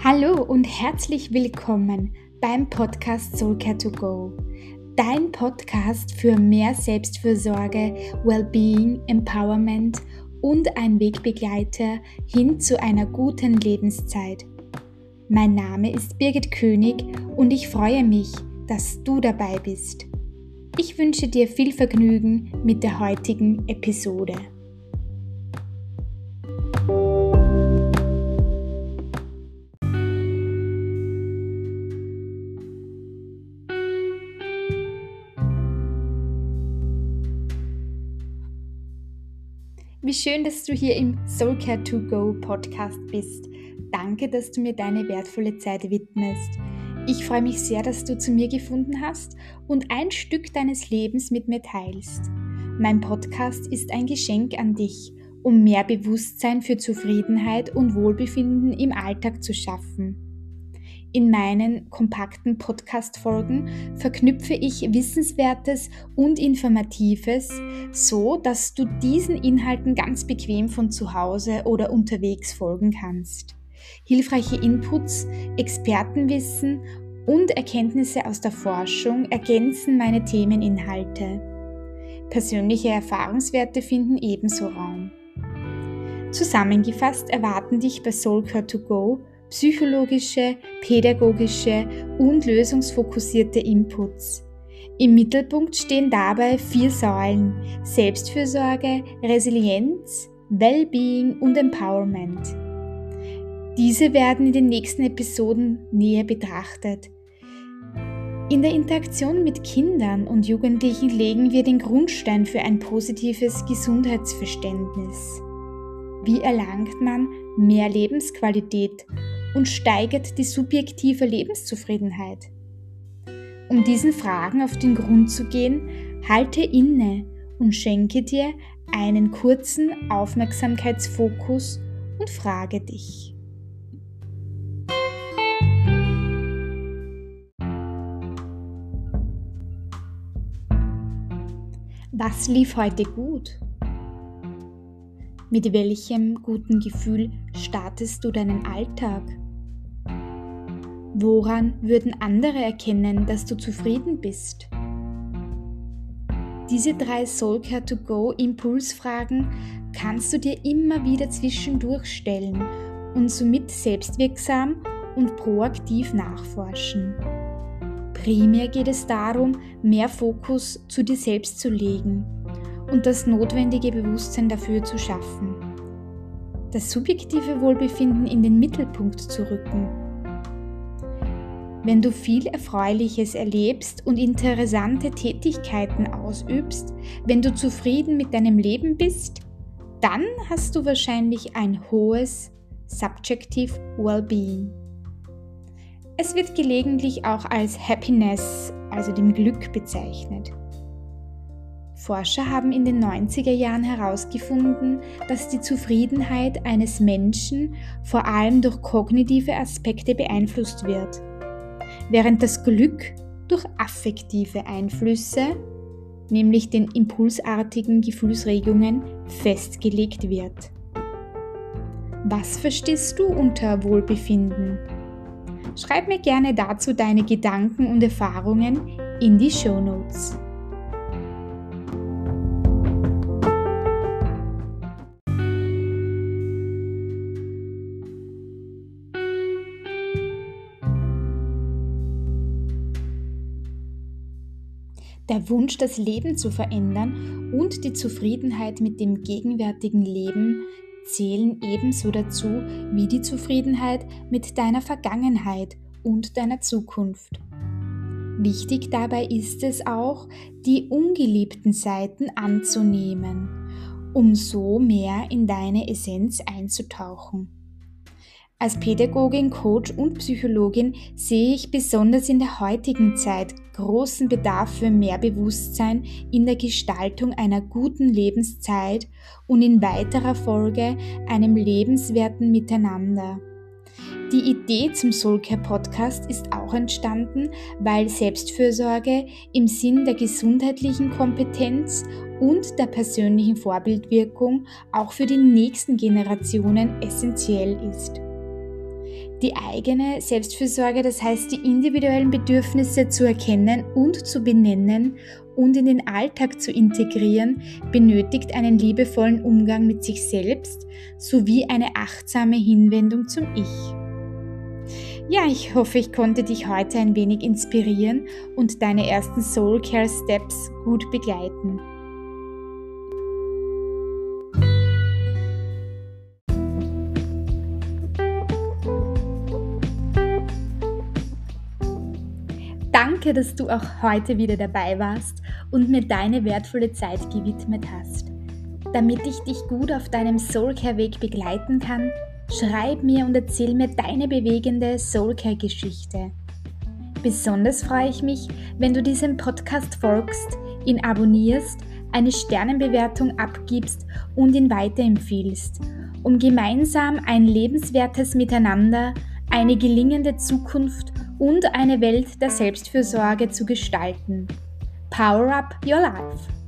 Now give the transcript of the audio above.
Hallo und herzlich willkommen beim Podcast Soulcare to Go, dein Podcast für mehr Selbstfürsorge, Wellbeing, Empowerment und ein Wegbegleiter hin zu einer guten Lebenszeit. Mein Name ist Birgit König und ich freue mich, dass du dabei bist. Ich wünsche dir viel Vergnügen mit der heutigen Episode. Wie schön, dass du hier im Soulcare to Go Podcast bist. Danke, dass du mir deine wertvolle Zeit widmest. Ich freue mich sehr, dass du zu mir gefunden hast und ein Stück deines Lebens mit mir teilst. Mein Podcast ist ein Geschenk an dich, um mehr Bewusstsein für Zufriedenheit und Wohlbefinden im Alltag zu schaffen. In meinen kompakten Podcast-Folgen verknüpfe ich Wissenswertes und Informatives, so dass du diesen Inhalten ganz bequem von zu Hause oder unterwegs folgen kannst. Hilfreiche Inputs, Expertenwissen und Erkenntnisse aus der Forschung ergänzen meine Themeninhalte. Persönliche Erfahrungswerte finden ebenso Raum. Zusammengefasst erwarten dich bei Soulcare to Go psychologische, pädagogische und lösungsfokussierte Inputs. Im Mittelpunkt stehen dabei 4 Säulen: Selbstfürsorge, Resilienz, Wellbeing und Empowerment. Diese werden in den nächsten Episoden näher betrachtet. In der Interaktion mit Kindern und Jugendlichen legen wir den Grundstein für ein positives Gesundheitsverständnis. Wie erlangt man mehr Lebensqualität und steigert die subjektive Lebenszufriedenheit? Um diesen Fragen auf den Grund zu gehen, halte inne und schenke dir einen kurzen Aufmerksamkeitsfokus und frage dich: Was lief heute gut? Mit welchem guten Gefühl startest du deinen Alltag? Woran würden andere erkennen, dass du zufrieden bist? Diese 3 Soulcare to Go Impulsfragen kannst du dir immer wieder zwischendurch stellen und somit selbstwirksam und proaktiv nachforschen. Primär geht es darum, mehr Fokus zu dir selbst zu legen und das notwendige Bewusstsein dafür zu schaffen. Das subjektive Wohlbefinden in den Mittelpunkt zu rücken. Wenn du viel Erfreuliches erlebst und interessante Tätigkeiten ausübst, wenn du zufrieden mit deinem Leben bist, dann hast du wahrscheinlich ein hohes Subjective Wellbeing. Es wird gelegentlich auch als Happiness, also dem Glück, bezeichnet. Forscher haben in den 90er Jahren herausgefunden, dass die Zufriedenheit eines Menschen vor allem durch kognitive Aspekte beeinflusst wird, während das Glück durch affektive Einflüsse, nämlich den impulsartigen Gefühlsregungen, festgelegt wird. Was verstehst du unter Wohlbefinden? Schreib mir gerne dazu deine Gedanken und Erfahrungen in die Shownotes. Der Wunsch, das Leben zu verändern und die Zufriedenheit mit dem gegenwärtigen Leben zählen ebenso dazu wie die Zufriedenheit mit deiner Vergangenheit und deiner Zukunft. Wichtig dabei ist es auch, die ungeliebten Seiten anzunehmen, um so mehr in deine Essenz einzutauchen. Als Pädagogin, Coach und Psychologin sehe ich besonders in der heutigen Zeit großen Bedarf für mehr Bewusstsein in der Gestaltung einer guten Lebenszeit und in weiterer Folge einem lebenswerten Miteinander. Die Idee zum Soulcare Podcast ist auch entstanden, weil Selbstfürsorge im Sinn der gesundheitlichen Kompetenz und der persönlichen Vorbildwirkung auch für die nächsten Generationen essentiell ist. Die eigene Selbstfürsorge, das heißt die individuellen Bedürfnisse zu erkennen und zu benennen und in den Alltag zu integrieren, benötigt einen liebevollen Umgang mit sich selbst sowie eine achtsame Hinwendung zum Ich. Ja, ich hoffe, ich konnte dich heute ein wenig inspirieren und deine ersten Soul Care Steps gut begleiten. Danke, dass du auch heute wieder dabei warst und mir deine wertvolle Zeit gewidmet hast. Damit ich dich gut auf deinem Soulcare-Weg begleiten kann, schreib mir und erzähl mir deine bewegende Soulcare-Geschichte. Besonders freue ich mich, wenn du diesem Podcast folgst, ihn abonnierst, eine Sternenbewertung abgibst und ihn weiterempfiehlst, um gemeinsam ein lebenswertes Miteinander, eine gelingende Zukunft und eine Welt der Selbstfürsorge zu gestalten. Power up your life!